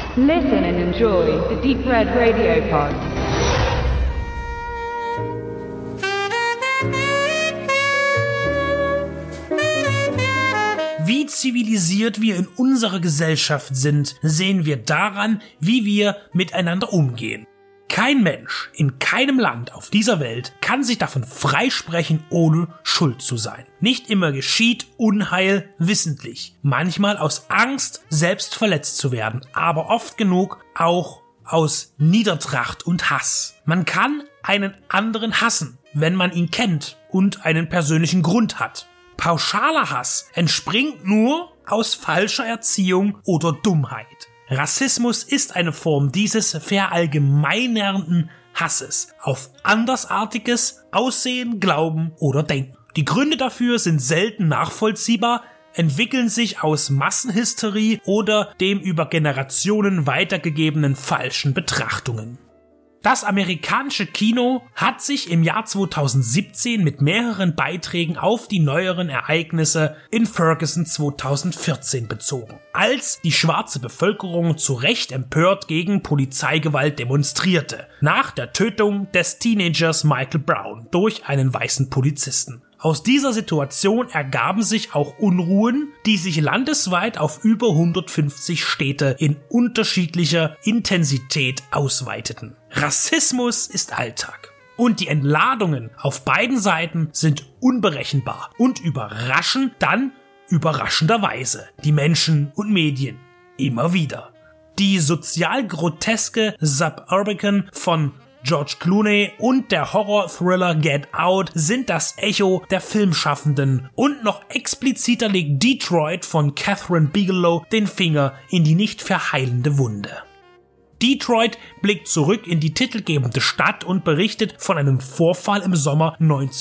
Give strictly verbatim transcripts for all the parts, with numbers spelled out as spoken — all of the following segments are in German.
Listen and enjoy the Deep Red Radio Pod. Wie zivilisiert wir in unserer Gesellschaft sind, sehen wir daran, wie wir miteinander umgehen. Kein Mensch in keinem Land auf dieser Welt kann sich davon freisprechen, ohne schuld zu sein. Nicht immer geschieht Unheil wissentlich, manchmal aus Angst, selbst verletzt zu werden, aber oft genug auch aus Niedertracht und Hass. Man kann einen anderen hassen, wenn man ihn kennt und einen persönlichen Grund hat. Pauschaler Hass entspringt nur aus falscher Erziehung oder Dummheit. Rassismus ist eine Form dieses verallgemeinernden Hasses auf andersartiges Aussehen, Glauben oder Denken. Die Gründe dafür sind selten nachvollziehbar, entwickeln sich aus Massenhysterie oder dem über Generationen weitergegebenen falschen Betrachtungen. Das amerikanische Kino hat sich im Jahr zweitausendsiebzehn mit mehreren Beiträgen auf die neueren Ereignisse in Ferguson zweitausendvierzehn bezogen, als die schwarze Bevölkerung zu Recht empört gegen Polizeigewalt demonstrierte, nach der Tötung des Teenagers Michael Brown durch einen weißen Polizisten. Aus dieser Situation ergaben sich auch Unruhen, die sich landesweit auf über hundertfünfzig Städte in unterschiedlicher Intensität ausweiteten. Rassismus ist Alltag. Und die Entladungen auf beiden Seiten sind unberechenbar und überraschen dann überraschenderweise die Menschen und Medien immer wieder. Die sozial groteske Suburban von George Clooney und der Horror-Thriller Get Out sind das Echo der Filmschaffenden und noch expliziter legt Detroit von Catherine Bigelow den Finger in die nicht verheilende Wunde. Detroit blickt zurück in die titelgebende Stadt und berichtet von einem Vorfall im Sommer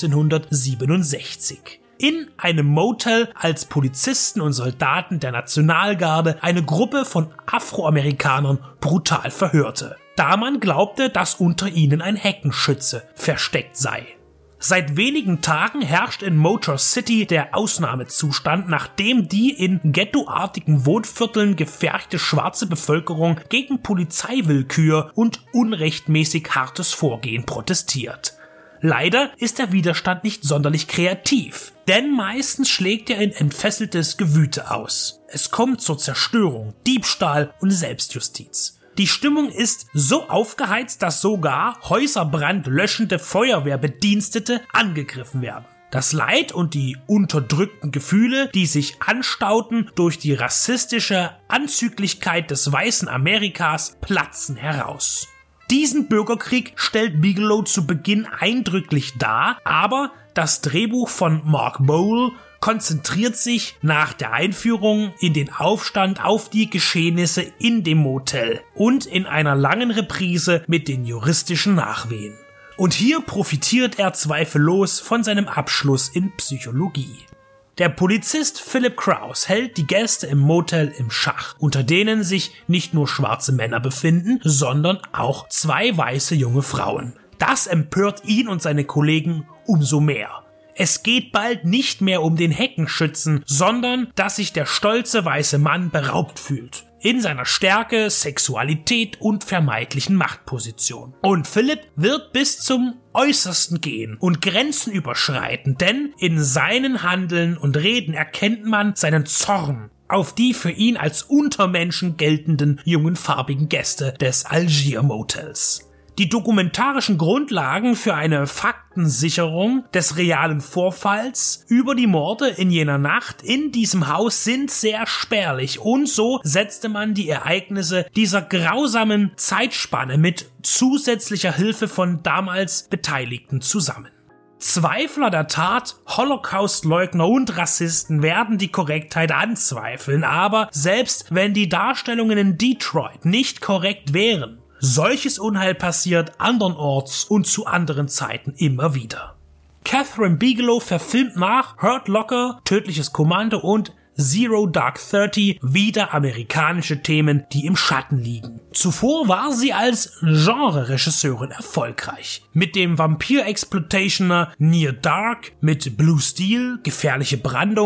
neunzehnhundertsiebenundsechzig. In einem Motel als Polizisten und Soldaten der Nationalgarde eine Gruppe von Afroamerikanern brutal verhörte, da man glaubte, dass unter ihnen ein Heckenschütze versteckt sei. Seit wenigen Tagen herrscht in Motor City der Ausnahmezustand, nachdem die in ghettoartigen Wohnvierteln gefährchte schwarze Bevölkerung gegen Polizeiwillkür und unrechtmäßig hartes Vorgehen protestiert. Leider ist der Widerstand nicht sonderlich kreativ, denn meistens schlägt er in entfesseltes Gewüte aus. Es kommt zur Zerstörung, Diebstahl und Selbstjustiz. Die Stimmung ist so aufgeheizt, dass sogar häuserbrandlöschende Feuerwehrbedienstete angegriffen werden. Das Leid und die unterdrückten Gefühle, die sich anstauten durch die rassistische Anzüglichkeit des weißen Amerikas, platzen heraus. Diesen Bürgerkrieg stellt Bigelow zu Beginn eindrücklich dar, aber das Drehbuch von Mark Bowl konzentriert sich nach der Einführung in den Aufstand auf die Geschehnisse in dem Motel und in einer langen Reprise mit den juristischen Nachwehen. Und hier profitiert er zweifellos von seinem Abschluss in Psychologie. Der Polizist Philip Krause hält die Gäste im Motel im Schach, unter denen sich nicht nur schwarze Männer befinden, sondern auch zwei weiße junge Frauen. Das empört ihn und seine Kollegen umso mehr. Es geht bald nicht mehr um den Heckenschützen, sondern dass sich der stolze weiße Mann beraubt fühlt. In seiner Stärke, Sexualität und vermeintlichen Machtposition. Und Philipp wird bis zum Äußersten gehen und Grenzen überschreiten, denn in seinen Handeln und Reden erkennt man seinen Zorn auf die für ihn als Untermenschen geltenden jungen farbigen Gäste des Algier Motels. Die dokumentarischen Grundlagen für eine Faktensicherung des realen Vorfalls über die Morde in jener Nacht in diesem Haus sind sehr spärlich und so setzte man die Ereignisse dieser grausamen Zeitspanne mit zusätzlicher Hilfe von damals Beteiligten zusammen. Zweifler der Tat, Holocaust-Leugner und Rassisten werden die Korrektheit anzweifeln, aber selbst wenn die Darstellungen in Detroit nicht korrekt wären, solches Unheil passiert andernorts und zu anderen Zeiten immer wieder. Catherine Bigelow verfilmt nach Hurt Locker, Tödliches Kommando und Zero Dark Thirty wieder amerikanische Themen, die im Schatten liegen. Zuvor war sie als Genre-Regisseurin erfolgreich. Mit dem Vampir-Exploitationer Near Dark, mit Blue Steel, Gefährliche Brandung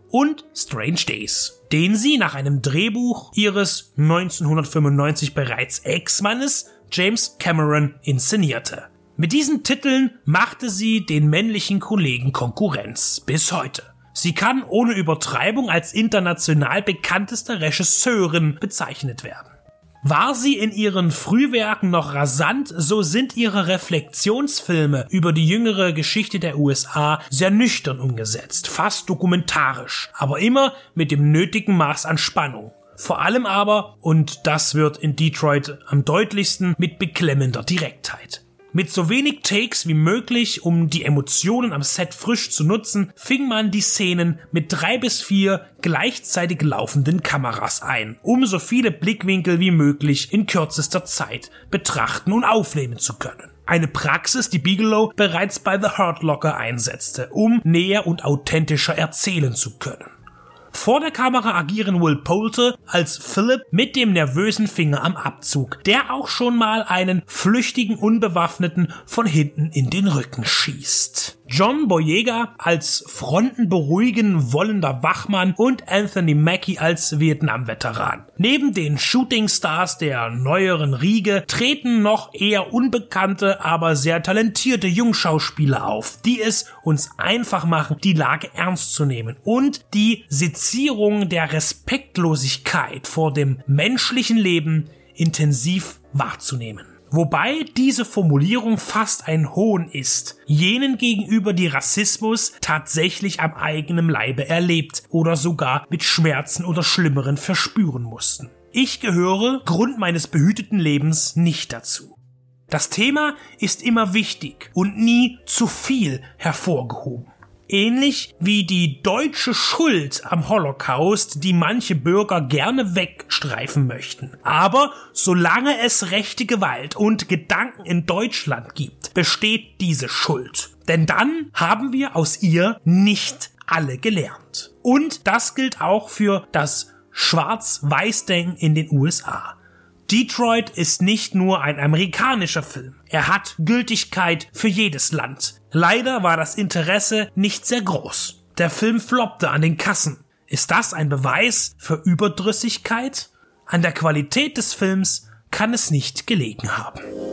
und Strange Days, den sie nach einem Drehbuch ihres neunzehnhundertfünfundneunzig bereits Ex-Mannes James Cameron inszenierte. Mit diesen Titeln machte sie den männlichen Kollegen Konkurrenz bis heute. Sie kann ohne Übertreibung als international bekannteste Regisseurin bezeichnet werden. War sie in ihren Frühwerken noch rasant, so sind ihre Reflexionsfilme über die jüngere Geschichte der U S A sehr nüchtern umgesetzt, fast dokumentarisch, aber immer mit dem nötigen Maß an Spannung. Vor allem aber, und das wird in Detroit am deutlichsten, mit beklemmender Direktheit. Mit so wenig Takes wie möglich, um die Emotionen am Set frisch zu nutzen, fing man die Szenen mit drei bis vier gleichzeitig laufenden Kameras ein, um so viele Blickwinkel wie möglich in kürzester Zeit betrachten und aufnehmen zu können. Eine Praxis, die Bigelow bereits bei The Hurt Locker einsetzte, um näher und authentischer erzählen zu können. Vor der Kamera agieren Will Poulter als Philip mit dem nervösen Finger am Abzug, der auch schon mal einen flüchtigen Unbewaffneten von hinten in den Rücken schießt. John Boyega als Fronten beruhigen wollender Wachmann und Anthony Mackie als Vietnam-Veteran. Neben den Shooting-Stars der neueren Riege treten noch eher unbekannte, aber sehr talentierte Jungschauspieler auf, die es uns einfach machen, die Lage ernst zu nehmen und die Sezierung der Respektlosigkeit vor dem menschlichen Leben intensiv wahrzunehmen. Wobei diese Formulierung fast ein Hohn ist, jenen gegenüber, die Rassismus tatsächlich am eigenen Leibe erlebt oder sogar mit Schmerzen oder Schlimmeren verspüren mussten. Ich gehöre, Grund meines behüteten Lebens, nicht dazu. Das Thema ist immer wichtig und nie zu viel hervorgehoben. Ähnlich wie die deutsche Schuld am Holocaust, die manche Bürger gerne wegstreifen möchten. Aber solange es rechte Gewalt und Gedanken in Deutschland gibt, besteht diese Schuld. Denn dann haben wir aus ihr nicht alle gelernt. Und das gilt auch für das Schwarz-Weiß-Denken in den U S A. Detroit ist nicht nur ein amerikanischer Film. Er hat Gültigkeit für jedes Land. Leider war das Interesse nicht sehr groß. Der Film floppte an den Kassen. Ist das ein Beweis für Überdrüssigkeit? An der Qualität des Films kann es nicht gelegen haben.